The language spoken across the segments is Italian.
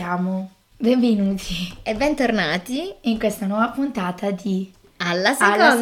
siamo. Benvenuti e bentornati in questa nuova puntata di Alla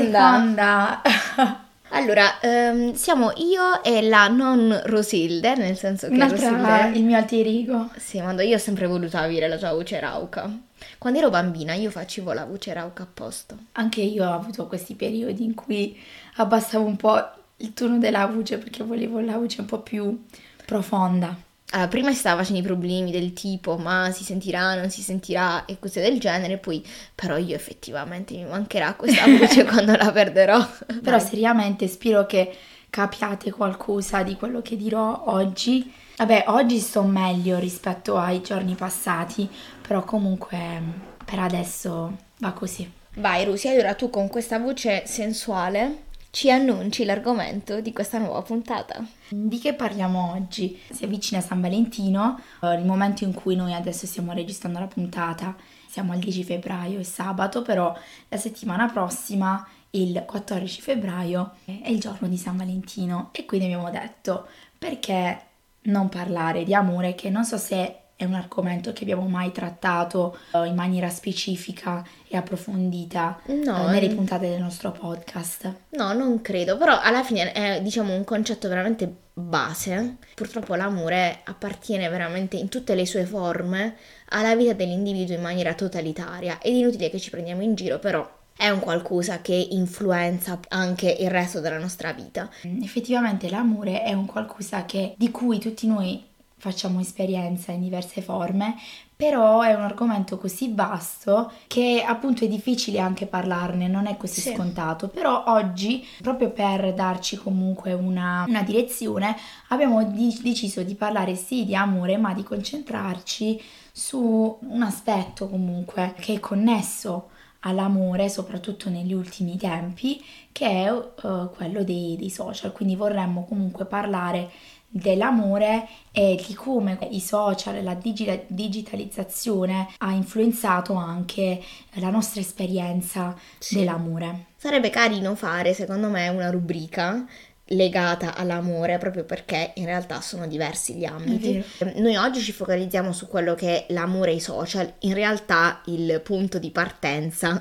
Seconda. Allora, siamo io e la non Rosilde, nel senso che Rosilde... il mio alter ego. Sì, ma io ho sempre voluto avere la tua voce rauca. Quando ero bambina io facevo la voce rauca apposta. Anche io ho avuto questi periodi in cui abbassavo un po' il tono della voce perché volevo la voce un po' più profonda. Allora, prima si stava facendo i problemi del tipo ma si sentirà, non si sentirà e cose del genere, poi però io effettivamente mi mancherà questa voce quando la perderò. Però seriamente spero che capiate qualcosa di quello che dirò oggi. Vabbè, oggi sto meglio rispetto ai giorni passati, però comunque per adesso va così. Vai Rusi, allora tu con questa voce sensuale ci annunci l'argomento di questa nuova puntata. Di che parliamo oggi? Si avvicina San Valentino, il momento in cui noi adesso stiamo registrando la puntata, siamo al 10 febbraio, è sabato, però la settimana prossima, il 14 febbraio, è il giorno di San Valentino e quindi abbiamo detto perché non parlare di amore, che non so se è un argomento che abbiamo mai trattato in maniera specifica e approfondita nelle puntate del nostro podcast. No, non credo, però alla fine è diciamo un concetto veramente base. Purtroppo l'amore appartiene veramente in tutte le sue forme alla vita dell'individuo in maniera totalitaria ed è inutile che ci prendiamo in giro, però è un qualcosa che influenza anche il resto della nostra vita. Effettivamente l'amore è un qualcosa di cui tutti noi facciamo esperienza in diverse forme, però è un argomento così vasto che appunto è difficile anche parlarne, non è così scontato. Però oggi, proprio per darci comunque una direzione, abbiamo deciso di parlare sì di amore, ma di concentrarci su un aspetto comunque che è connesso all'amore, soprattutto negli ultimi tempi, che è quello dei social. Quindi vorremmo comunque parlare dell'amore e di come i social e la digitalizzazione ha influenzato anche la nostra esperienza dell'amore. Sarebbe carino fare, secondo me, una rubrica legata all'amore, proprio perché in realtà sono diversi gli ambiti. Noi oggi ci focalizziamo su quello che è l'amore e i social. In realtà il punto di partenza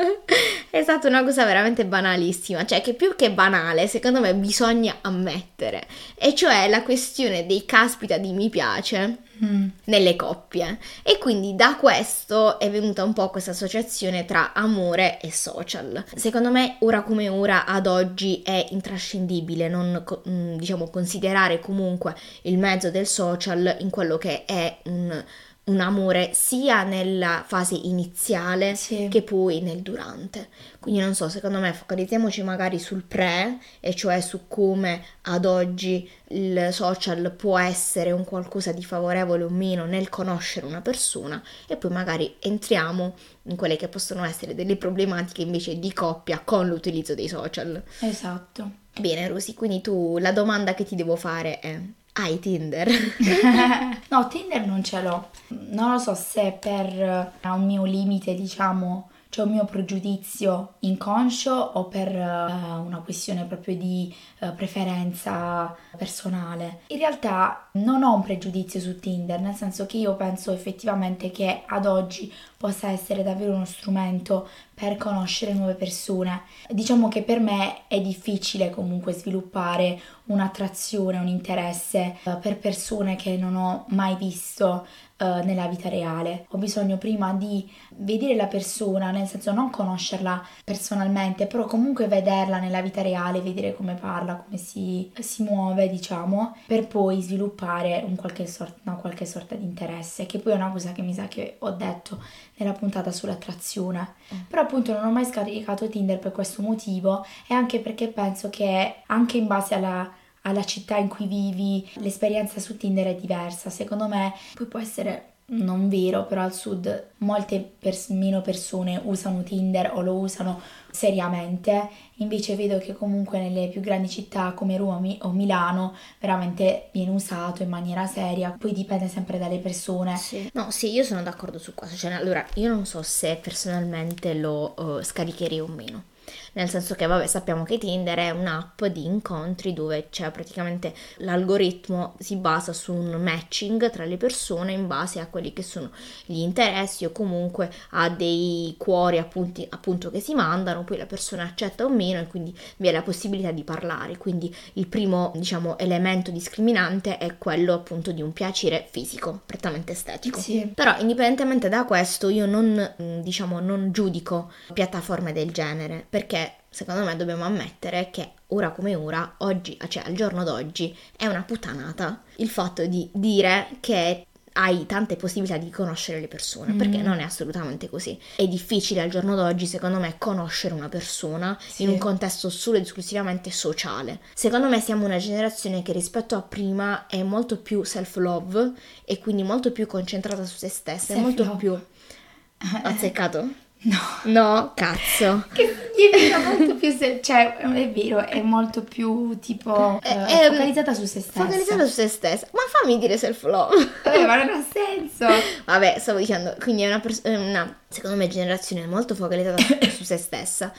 è stata una cosa veramente banalissima, cioè che più che banale secondo me bisogna ammettere, e cioè la questione dei caspita di mi piace nelle coppie. E quindi da questo è venuta un po' questa associazione tra amore e social. Secondo me ora come ora ad oggi è intrascendibile non diciamo considerare comunque il mezzo del social in quello che è un amore sia nella fase iniziale che poi nel durante. Quindi non so, secondo me focalizziamoci magari sul pre, e cioè su come ad oggi il social può essere un qualcosa di favorevole o meno nel conoscere una persona, e poi magari entriamo in quelle che possono essere delle problematiche invece di coppia con l'utilizzo dei social. Esatto. Bene Rosy, quindi tu la domanda che ti devo fare è: hai Tinder? No, Tinder non ce l'ho. Non lo so se per un mio limite, diciamo, cioè un mio pregiudizio inconscio o per una questione proprio di preferenza personale. In realtà non ho un pregiudizio su Tinder, nel senso che io penso effettivamente che ad oggi possa essere davvero uno strumento per conoscere nuove persone. Diciamo che per me è difficile comunque sviluppare un'attrazione, un interesse per persone che non ho mai visto nella vita reale. Ho bisogno prima di vedere la persona, nel senso non conoscerla personalmente, però comunque vederla nella vita reale, vedere come parla, come si muove, diciamo, per poi sviluppare qualche sorta di interesse, che poi è una cosa che mi sa che ho detto nella puntata sull'attrazione. Però appunto non ho mai scaricato Tinder per questo motivo, e anche perché penso che anche in base alla città in cui vivi l'esperienza su Tinder è diversa. Secondo me poi può essere non vero, però al sud molte meno persone usano Tinder o lo usano seriamente, invece vedo che comunque nelle più grandi città come Roma o Milano veramente viene usato in maniera seria. Poi dipende sempre dalle persone. No, sì, io sono d'accordo su questo. Cioè, allora, io non so se personalmente lo scaricherei o meno. nel senso che vabbè, sappiamo che Tinder è un'app di incontri dove c'è praticamente l'algoritmo si basa su un matching tra le persone in base a quelli che sono gli interessi o comunque a dei cuori appunto che si mandano, poi la persona accetta o meno e quindi vi è la possibilità di parlare. Quindi il primo, diciamo, elemento discriminante è quello appunto di un piacere fisico, prettamente estetico. Sì. Però indipendentemente da questo io non giudico piattaforme del genere, perché secondo me dobbiamo ammettere che ora come ora, oggi, cioè al giorno d'oggi, è una puttanata il fatto di dire che hai tante possibilità di conoscere le persone, perché non è assolutamente così. È difficile al giorno d'oggi, secondo me, conoscere una persona in un contesto solo ed esclusivamente sociale. Secondo me siamo una generazione che rispetto a prima è molto più self-love e quindi molto più concentrata su se stessa, è molto più... Ho azzeccato? No, cazzo. Che significa molto più cioè è vero, è molto più tipo focalizzata su se stessa. Focalizzata su se stessa. Ma fammi dire self-love. Vabbè, ma non ha senso. Vabbè, stavo dicendo, quindi è una secondo me generazione molto focalizzata su se stessa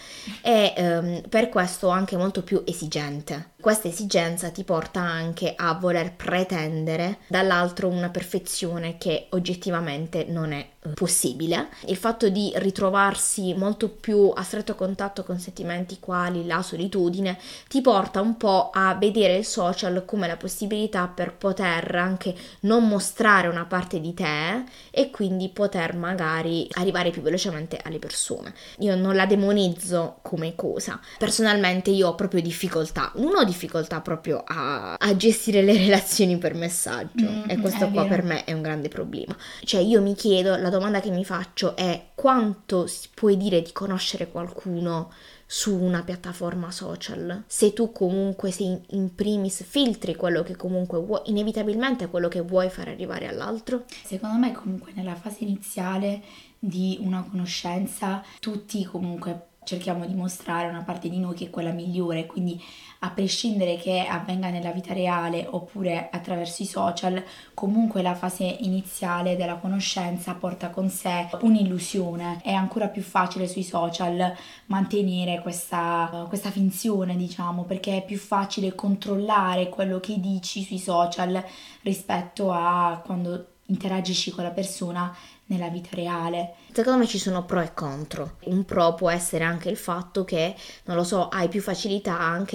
e per questo anche molto più esigente. Questa esigenza ti porta anche a voler pretendere dall'altro una perfezione che oggettivamente non è possibile. Il fatto di ritrovarsi molto più a stretto contatto con sentimenti quali la solitudine ti porta un po' a vedere il social come la possibilità per poter anche non mostrare una parte di te e quindi poter magari arrivare più velocemente alle persone. Io non la demonizzo come cosa. Personalmente io ho proprio difficoltà. Non ho difficoltà proprio a gestire le relazioni per messaggio e questo qua per me è un grande problema. Cioè io mi chiedo, la domanda che mi faccio è quanto puoi dire di conoscere qualcuno su una piattaforma social se tu comunque sei in primis filtri quello che comunque vuoi, inevitabilmente quello che vuoi far arrivare all'altro. Secondo me comunque nella fase iniziale di una conoscenza tutti comunque cerchiamo di mostrare una parte di noi che è quella migliore, quindi a prescindere che avvenga nella vita reale oppure attraverso i social, comunque la fase iniziale della conoscenza porta con sé un'illusione. È ancora più facile sui social mantenere questa finzione, diciamo, perché è più facile controllare quello che dici sui social rispetto a quando interagisci con la persona nella vita reale. Secondo me ci sono pro e contro. Un pro può essere anche il fatto che, non lo so, hai più facilità anche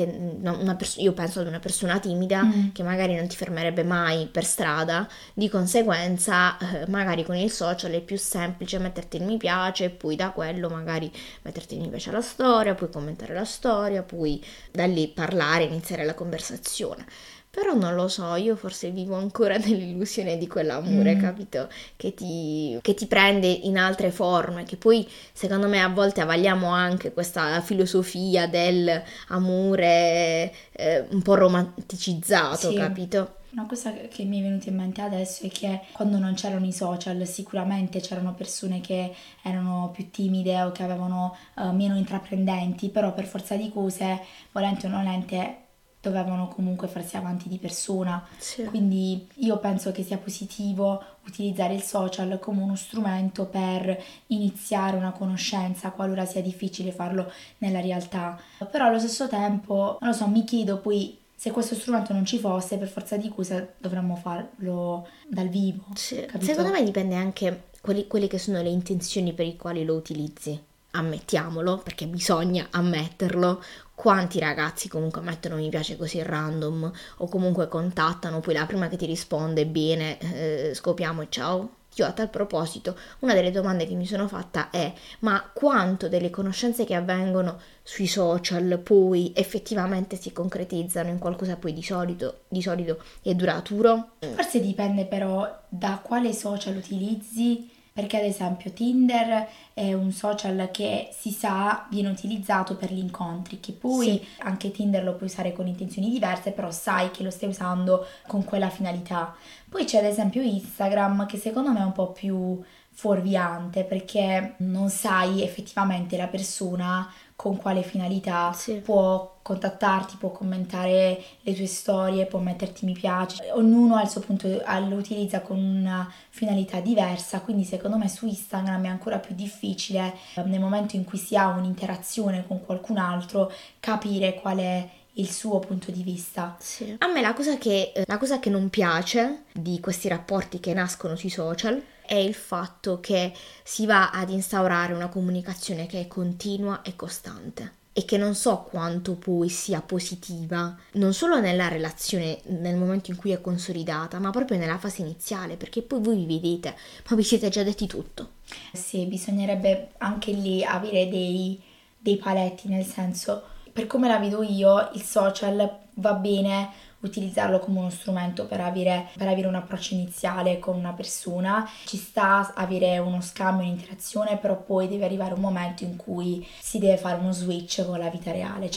io penso ad una persona timida che magari non ti fermerebbe mai per strada, di conseguenza magari con il social è più semplice metterti il mi piace, poi da quello magari metterti il mi piace alla storia, puoi commentare la storia, puoi da lì parlare, iniziare la conversazione. Però non lo so, io forse vivo ancora nell'illusione di quell'amore, capito? Che ti prende in altre forme, che poi secondo me a volte avvaliamo anche questa filosofia dell'amore un po' romanticizzato, sì. Capito? Una cosa che mi è venuta in mente adesso è che quando non c'erano i social sicuramente c'erano persone che erano più timide o che avevano meno intraprendenti, però per forza di cose, volente o nolente, dovevano comunque farsi avanti di persona. Sì. Quindi io penso che sia positivo utilizzare il social come uno strumento per iniziare una conoscenza qualora sia difficile farlo nella realtà. Però allo stesso tempo, non lo so, mi chiedo poi se questo strumento non ci fosse, per forza di cose dovremmo farlo dal vivo. Sì. Capito? Secondo me dipende anche quelle che sono le intenzioni per i quali lo utilizzi. Ammettiamolo, perché bisogna ammetterlo. Quanti ragazzi comunque mettono mi piace così random o comunque contattano, poi la prima che ti risponde bene, scopiamo e ciao. Io a tal proposito, una delle domande che mi sono fatta è: ma quanto delle conoscenze che avvengono sui social poi effettivamente si concretizzano in qualcosa poi di solido e duraturo? Forse dipende però da quale social utilizzi, perché ad esempio Tinder è un social che si sa viene utilizzato per gli incontri, che poi anche Tinder lo puoi usare con intenzioni diverse, però sai che lo stai usando con quella finalità. Poi c'è ad esempio Instagram, che secondo me è un po' più fuorviante, perché non sai effettivamente la persona con quale finalità, Sì. può contattarti, può commentare le tue storie, può metterti mi piace, ognuno ha il suo punto, lo utilizza con una finalità diversa, quindi secondo me su Instagram è ancora più difficile nel momento in cui si ha un'interazione con qualcun altro capire qual è il suo punto di vista. Sì. A me la cosa che non piace di questi rapporti che nascono sui social è il fatto che si va ad instaurare una comunicazione che è continua e costante e che non so quanto poi sia positiva, non solo nella relazione nel momento in cui è consolidata, ma proprio nella fase iniziale, perché poi voi vi vedete, ma vi siete già detti tutto. Sì, bisognerebbe anche lì avere dei paletti, nel senso, per come la vedo io, il social va bene utilizzarlo come uno strumento per avere un approccio iniziale con una persona, ci sta avere uno scambio, un'interazione, però poi deve arrivare un momento in cui si deve fare uno switch con la vita reale.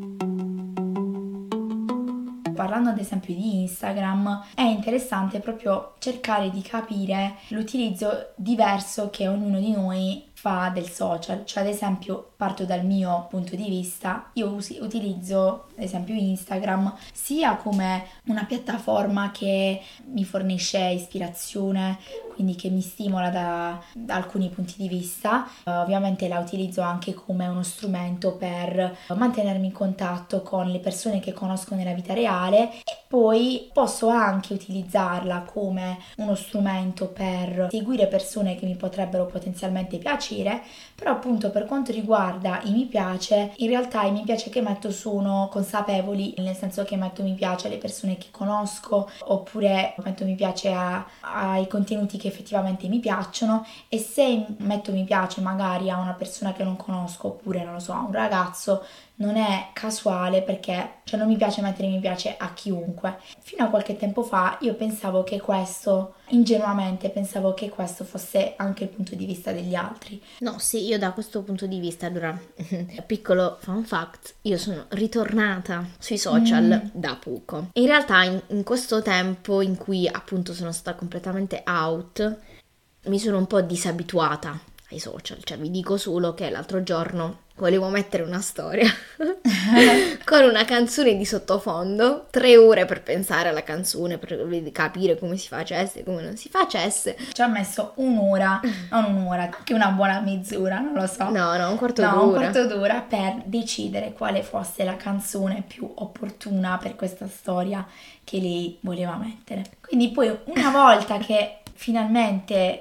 Parlando ad esempio di Instagram, è interessante proprio cercare di capire l'utilizzo diverso che ognuno di noi fa del social. Cioè, ad esempio, parto dal mio punto di vista, io utilizzo ad esempio Instagram sia come una piattaforma che mi fornisce ispirazione, quindi che mi stimola da alcuni punti di vista. Ovviamente la utilizzo anche come uno strumento per mantenermi in contatto con le persone che conosco nella vita reale, e poi posso anche utilizzarla come uno strumento per seguire persone che mi potrebbero potenzialmente piacere. Però appunto per quanto riguarda i mi piace, in realtà i mi piace che metto sono consapevoli, nel senso che metto mi piace alle persone che conosco, oppure metto mi piace ai contenuti che effettivamente mi piacciono, e se metto mi piace magari a una persona che non conosco, oppure non lo so, a un ragazzo, non è casuale, perché cioè non mi piace mettere mi piace a chiunque. Fino a qualche tempo fa io pensavo che questo, ingenuamente pensavo che questo fosse anche il punto di vista degli altri. No, sì, io da questo punto di vista, allora, piccolo fun fact, io sono ritornata sui social da poco. In realtà in questo tempo in cui appunto sono stata completamente out, mi sono un po' disabituata ai social, cioè vi dico solo che l'altro giorno volevo mettere una storia con una canzone di sottofondo, 3 ore per pensare alla canzone, per capire come si facesse, come non si facesse. Ci ha messo un'ora, non un'ora, che una buona mezz'ora, non lo so. No, un quarto No, d'ora. un quarto d'ora per decidere quale fosse la canzone più opportuna per questa storia che lei voleva mettere. Quindi poi una volta che finalmente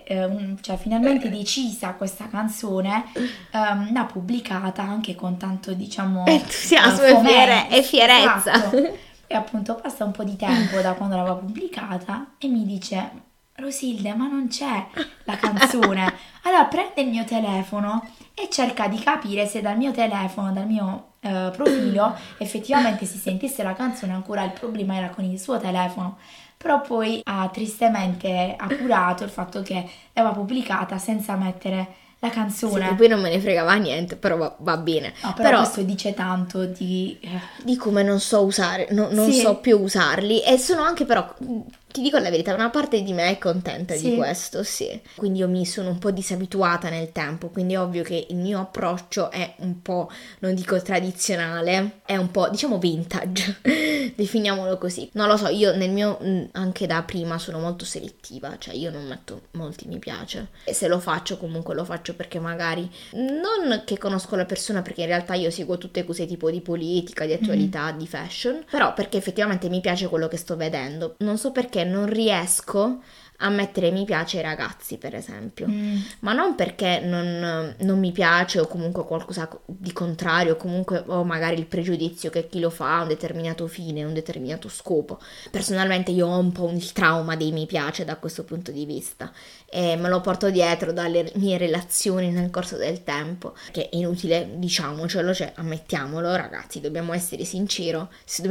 decisa questa canzone, l'ha pubblicata anche con tanto, diciamo, entusiasmo e fierezza. Esatto. E appunto passa un po' di tempo da quando l'aveva pubblicata e mi dice: Rosilde, ma non c'è la canzone. Allora prende il mio telefono e cerca di capire se dal mio telefono, dal mio profilo, effettivamente si sentisse la canzone. Ancora il problema era con il suo telefono. Però poi ha tristemente appurato il fatto che l'aveva pubblicata senza mettere la canzone. Sì, e poi non me ne fregava niente, però va bene. No, però questo dice tanto di come non so usare, non sì. so più usarli, e sono anche, però ti dico la verità, una parte di me è contenta di questo, sì. Quindi io mi sono un po' disabituata nel tempo, quindi è ovvio che il mio approccio è un po', non dico tradizionale, è un po', diciamo, vintage, definiamolo così. Non lo so, io nel mio, anche da prima, sono molto selettiva, cioè io non metto molti mi piace, e se lo faccio comunque lo faccio perché magari, non che conosco la persona, perché in realtà io seguo tutte cose tipo di politica, di attualità, di fashion, però perché effettivamente mi piace quello che sto vedendo. Non so perché non riesco a mettere mi piace ai ragazzi, per esempio, ma non perché non mi piace o comunque qualcosa di contrario, comunque o magari il pregiudizio che chi lo fa ha un determinato fine, un determinato scopo. Personalmente io ho un po' il trauma dei mi piace da questo punto di vista e me lo porto dietro dalle mie relazioni nel corso del tempo, che è inutile, diciamocelo, cioè ammettiamolo ragazzi, dobbiamo essere sincere,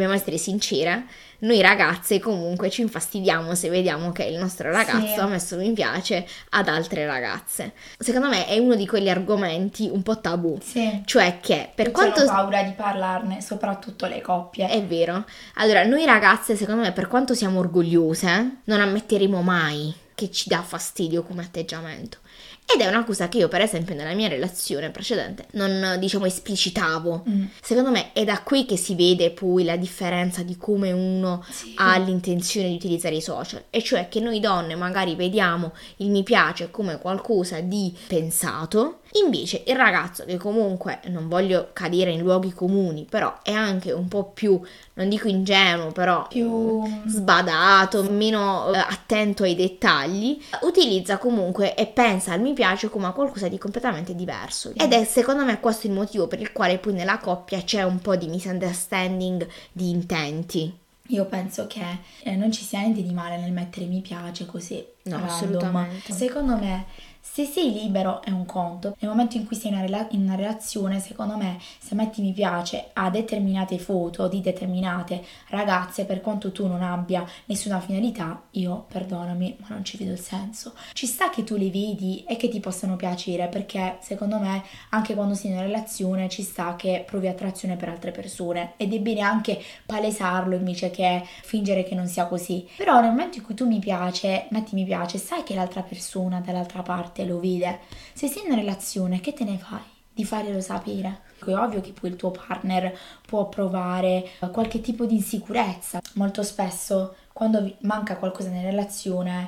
noi ragazze comunque ci infastidiamo se vediamo che il nostro ragazzo ha messo mi piace ad altre ragazze. Secondo me è uno di quegli argomenti un po' tabù, cioè che per quanto ho paura di parlarne, soprattutto le coppie. È vero. Allora, noi ragazze, secondo me, per quanto siamo orgogliose, non ammetteremo mai che ci dà fastidio come atteggiamento. Ed è una cosa che io per esempio nella mia relazione precedente non diciamo esplicitavo. Secondo me è da qui che si vede poi la differenza di come uno ha l'intenzione di utilizzare i social, e cioè che noi donne magari vediamo il mi piace come qualcosa di pensato, invece il ragazzo, che comunque non voglio cadere in luoghi comuni, però è anche un po' più, non dico ingenuo, però più sbadato, meno attento ai dettagli, utilizza comunque e pensa al mi piace come a qualcosa di completamente diverso. Ed è secondo me questo il motivo per il quale poi nella coppia c'è un po' di misunderstanding di intenti. Io penso che non ci sia niente di male nel mettere mi piace così. No, random. assolutamente. Secondo me, se sei libero è un conto. Nel momento in cui sei in una relazione, secondo me, se metti mi piace a determinate foto di determinate ragazze, per quanto tu non abbia nessuna finalità, io, perdonami, ma non ci vedo il senso. Ci sta che tu le vedi e che ti possano piacere, perché secondo me anche quando sei in una relazione ci sta che provi attrazione per altre persone, ed è bene anche palesarlo invece che fingere che non sia così. Però nel momento in cui tu mi piace, metti mi piace, sai che l'altra persona dall'altra parte lo vede. Se sei in una relazione, che te ne fai di farglielo sapere? È ovvio che poi il tuo partner può provare qualche tipo di insicurezza. Molto spesso quando manca qualcosa nella relazione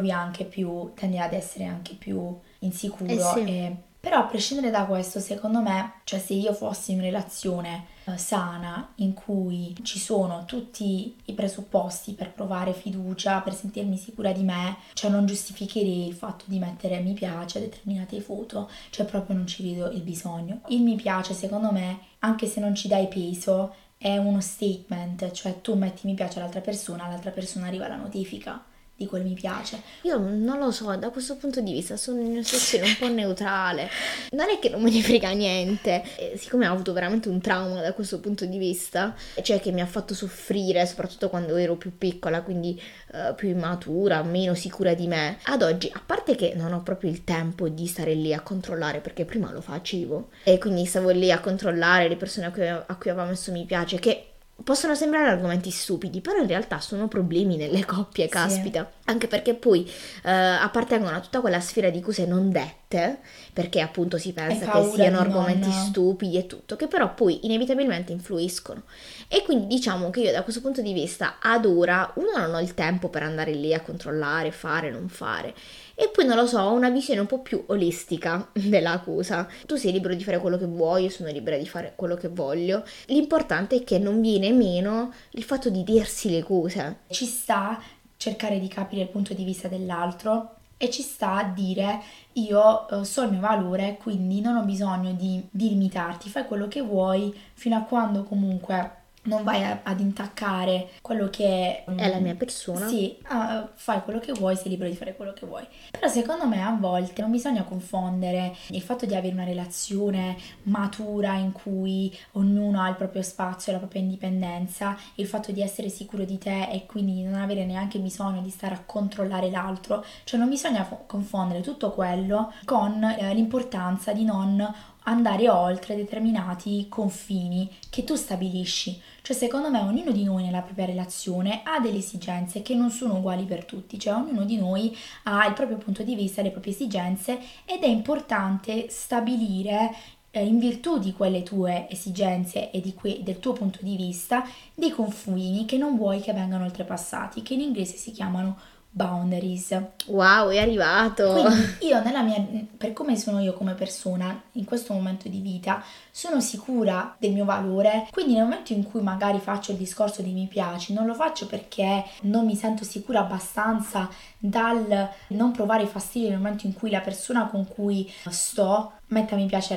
tendi ad essere anche più insicuro. Però a prescindere da questo, secondo me, cioè se io fossi in una relazione sana in cui ci sono tutti i presupposti per provare fiducia, per sentirmi sicura di me, cioè non giustificherei il fatto di mettere mi piace a determinate foto, cioè proprio non ci vedo il bisogno. Il mi piace, secondo me, anche se non ci dai peso, è uno statement, cioè tu metti mi piace l'altra persona arriva la notifica di quel mi piace. Io non lo so, da questo punto di vista sono in una situazione un po' neutrale. Non è che non me ne frega niente, siccome ho avuto veramente un trauma da questo punto di vista, cioè che mi ha fatto soffrire, soprattutto quando ero più piccola, quindi più immatura, meno sicura di me. Ad oggi, a parte che non ho proprio il tempo di stare lì a controllare, perché prima lo facevo, e quindi stavo lì a controllare le persone a cui avevo messo mi piace, che possono sembrare argomenti stupidi, però in realtà sono problemi nelle coppie, caspita. Sì. Anche perché poi appartengono a tutta quella sfera di cose non dette, perché appunto si pensa che siano argomenti stupidi e tutto, che però poi inevitabilmente influiscono. E quindi diciamo che io da questo punto di vista ad ora, uno, non ho il tempo per andare lì a controllare, fare, non fare. E poi non lo so, ho una visione un po' più olistica della cosa. Tu sei libero di fare quello che vuoi, io sono libera di fare quello che voglio. L'importante è che non viene meno il fatto di dirsi le cose. Ci sta cercare di capire il punto di vista dell'altro e ci sta a dire io so il mio valore, quindi non ho bisogno di limitarti, fai quello che vuoi fino a quando comunque non vai ad intaccare quello che è la mia persona. Sì, fai quello che vuoi, sei libero di fare quello che vuoi. Però secondo me a volte non bisogna confondere il fatto di avere una relazione matura in cui ognuno ha il proprio spazio e la propria indipendenza, il fatto di essere sicuro di te e quindi non avere neanche bisogno di stare a controllare l'altro. Cioè non bisogna confondere tutto quello con l'importanza di non andare oltre determinati confini che tu stabilisci. Cioè secondo me ognuno di noi nella propria relazione ha delle esigenze che non sono uguali per tutti, cioè ognuno di noi ha il proprio punto di vista, le proprie esigenze, ed è importante stabilire in virtù di quelle tue esigenze e del tuo punto di vista dei confini che non vuoi che vengano oltrepassati, che in inglese si chiamano boundaries. Wow, è arrivato! Quindi io per come sono io come persona in questo momento di vita, sono sicura del mio valore, quindi nel momento in cui magari faccio il discorso di mi piaci, non lo faccio perché non mi sento sicura abbastanza dal non provare fastidio nel momento in cui la persona con cui sto metta mi piace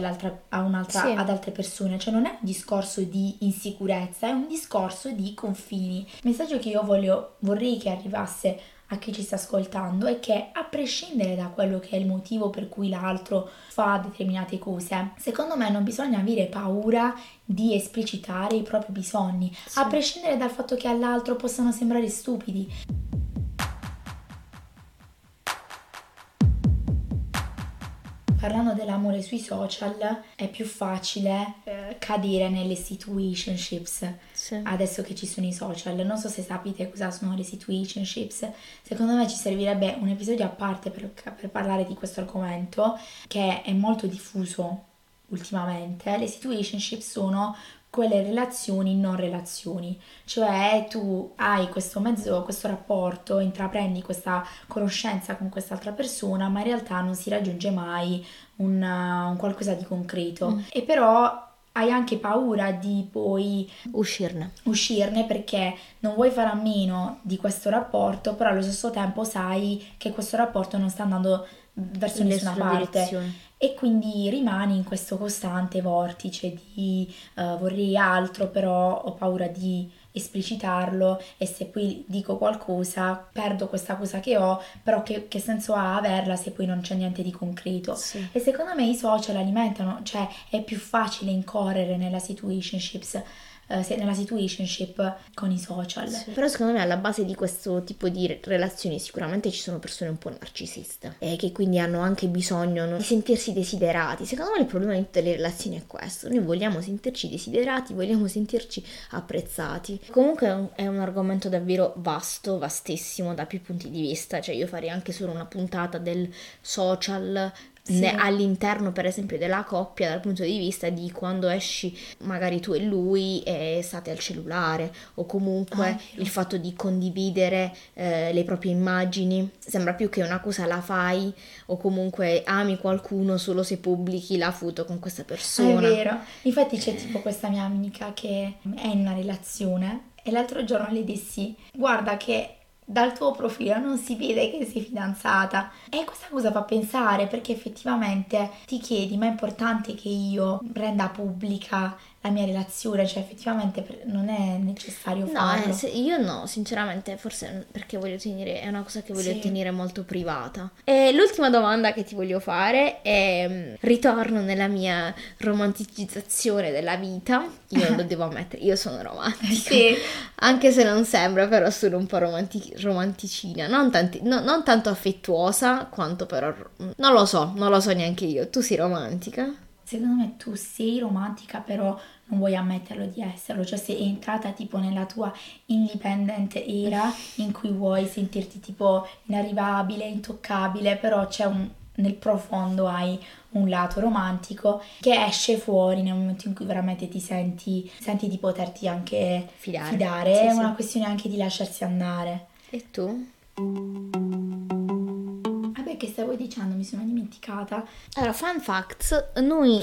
ad altre persone. Cioè non è un discorso di insicurezza, è un discorso di confini. Il messaggio che io vorrei che arrivasse a chi ci sta ascoltando è che, a prescindere da quello che è il motivo per cui l'altro fa determinate cose, secondo me non bisogna avere paura di esplicitare i propri bisogni, a prescindere dal fatto che all'altro possano sembrare stupidi. parlando dell'amore sui social, è più facile cadere nelle situationships. Sì. Adesso che ci sono i social. Non so se sapete cosa sono le situationships. Secondo me ci servirebbe un episodio a parte per parlare di questo argomento, che è molto diffuso ultimamente. Le situationship sono quelle relazioni non relazioni, cioè tu hai questo rapporto, intraprendi questa conoscenza con quest'altra persona, ma in realtà non si raggiunge mai un qualcosa di concreto. E però hai anche paura di poi uscirne perché non vuoi fare a meno di questo rapporto, però allo stesso tempo sai che questo rapporto non sta andando verso nessuna parte. Direzione. E quindi rimani in questo costante vortice di vorrei altro, però ho paura di esplicitarlo e se poi dico qualcosa perdo questa cosa che ho, però che senso ha averla se poi non c'è niente di concreto? Sì. E secondo me i social alimentano, cioè è più facile incorrere nella situationship con i social. Sì. Però secondo me alla base di questo tipo di relazioni sicuramente ci sono persone un po' narcisiste e che quindi hanno anche bisogno di sentirsi desiderati. Secondo me il problema di tutte le relazioni è questo: noi vogliamo sentirci desiderati, vogliamo sentirci apprezzati. Comunque è un argomento davvero vasto, vastissimo da più punti di vista, cioè io farei anche solo una puntata del social. Sì. All'interno per esempio della coppia, dal punto di vista di quando esci magari tu e lui e state al cellulare, o comunque il fatto di condividere le proprie immagini. Sembra più che una cosa la fai o comunque ami qualcuno solo se pubblichi la foto con questa persona. È vero, infatti c'è tipo questa mia amica che è in una relazione e l'altro giorno le dissi: guarda che dal tuo profilo non si vede che sei fidanzata, e questa cosa fa pensare, perché effettivamente ti chiedi: ma è importante che io renda pubblica la mia relazione? Cioè effettivamente non è necessario farlo. Io no, sinceramente, forse perché è una cosa che voglio tenere molto privata. E l'ultima domanda che ti voglio fare è: ritorno nella mia romanticizzazione della vita. Io lo devo ammettere, io sono romantica. Sì. Anche se non sembra, però sono un po' romanticina, non tanto affettuosa quanto però non lo so neanche io. Tu sei romantica? Secondo me tu sei romantica, però non vuoi ammetterlo di esserlo, cioè sei entrata tipo nella tua independent era in cui vuoi sentirti tipo inarrivabile, intoccabile, però nel profondo hai un lato romantico che esce fuori nel momento in cui veramente ti senti di poterti anche fidare. È una questione anche di lasciarsi andare. E tu? Che stavo dicendo, mi sono dimenticata. Allora, fun fact, noi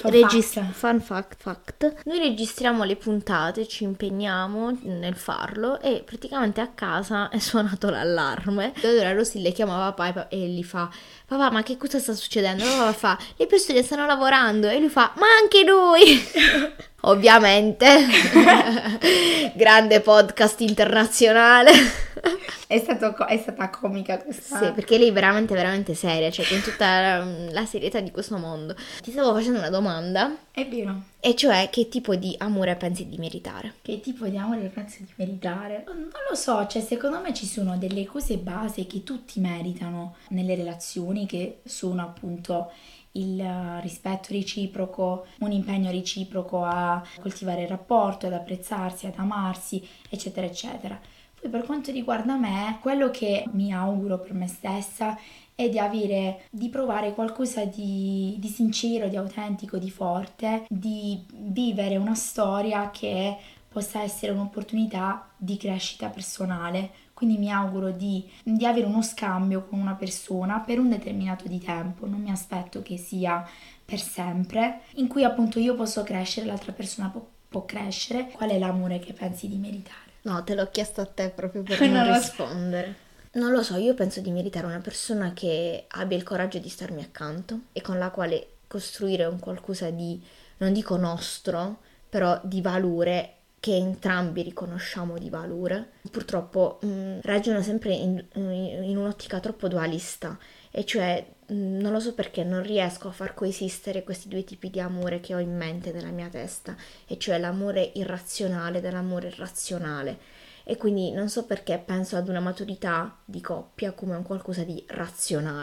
registriamo le puntate, ci impegniamo nel farlo e praticamente a casa è suonato l'allarme. Allora Rosy le chiama papà e gli fa: papà, ma che cosa sta succedendo? Papà fa: le persone stanno lavorando, e lui fa: ma anche noi! Ovviamente. Grande podcast internazionale. È stata comica questa. Sì, perché lei è veramente veramente seria, cioè con tutta la serietà di questo mondo. Ti stavo facendo una domanda. È vero. E cioè, che tipo di amore pensi di meritare? Che tipo di amore pensi di meritare? Non lo so, cioè secondo me ci sono delle cose base che tutti meritano nelle relazioni, che sono appunto il rispetto reciproco, un impegno reciproco a coltivare il rapporto, ad apprezzarsi, ad amarsi, eccetera, eccetera. Poi per quanto riguarda me, quello che mi auguro per me stessa è di provare qualcosa di sincero, di autentico, di forte, di vivere una storia che possa essere un'opportunità di crescita personale. Quindi mi auguro di avere uno scambio con una persona per un determinato di tempo, non mi aspetto che sia per sempre, in cui appunto io posso crescere, l'altra persona può crescere. Qual è l'amore che pensi di meritare? No, te l'ho chiesto a te proprio per non rispondere. Non lo so, io penso di meritare una persona che abbia il coraggio di starmi accanto e con la quale costruire un qualcosa di, non dico nostro, però di valore, che entrambi riconosciamo di valore. Purtroppo ragiono sempre in un'ottica troppo dualista, e cioè non lo so perché non riesco a far coesistere questi due tipi di amore che ho in mente nella mia testa, e cioè l'amore irrazionale dall'amore razionale. E quindi non so perché penso ad una maturità di coppia come un qualcosa di razionale.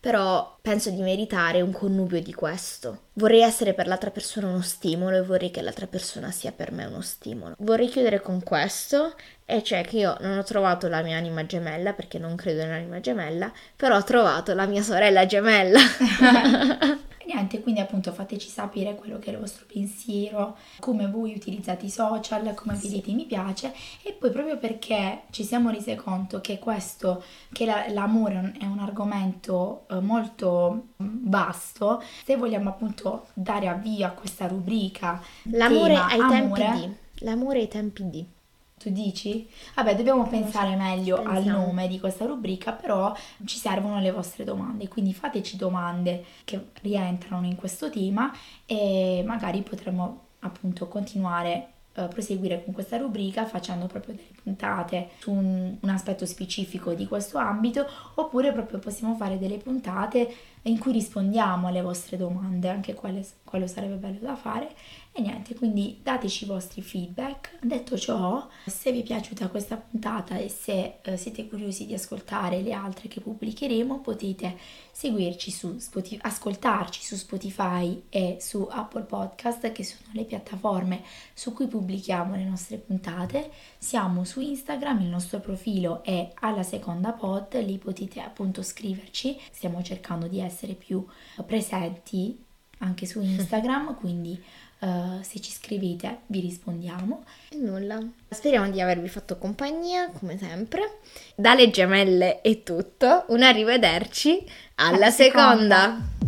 però penso di meritare un connubio di questo. Vorrei essere per l'altra persona uno stimolo e vorrei che l'altra persona sia per me uno stimolo. Vorrei chiudere con questo, e cioè che io non ho trovato la mia anima gemella, perché non credo nell'anima gemella, però ho trovato la mia sorella gemella. E niente, quindi appunto fateci sapere quello che è il vostro pensiero, come voi utilizzate i social, come vedete mi piace, e poi proprio perché ci siamo rese conto che l'amore è un argomento molto vasto, se vogliamo appunto dare avvio a questa rubrica L'amore tema ai amore, tempi di. L'amore ai tempi di. tu dici? Vabbè, dobbiamo pensare meglio al Pensiamo. nome di questa rubrica, però ci servono le vostre domande, quindi fateci domande che rientrano in questo tema e magari potremo appunto continuare proseguire con questa rubrica facendo proprio delle puntate su un aspetto specifico di questo ambito, oppure proprio possiamo fare delle puntate in cui rispondiamo alle vostre domande, anche quello sarebbe bello da fare. E niente, quindi dateci i vostri feedback. Detto ciò, se vi è piaciuta questa puntata e se siete curiosi di ascoltare le altre che pubblicheremo, potete seguirci su Spotify, ascoltarci su Spotify e su Apple Podcast, che sono le piattaforme su cui pubblichiamo le nostre puntate. Siamo su Instagram, il nostro profilo è alla seconda pod, lì potete appunto scriverci. Stiamo cercando di essere più presenti anche su Instagram, quindi se ci scrivete vi rispondiamo. E nulla. Speriamo di avervi fatto compagnia, come sempre. Dalle gemelle è tutto. Un arrivederci alla seconda.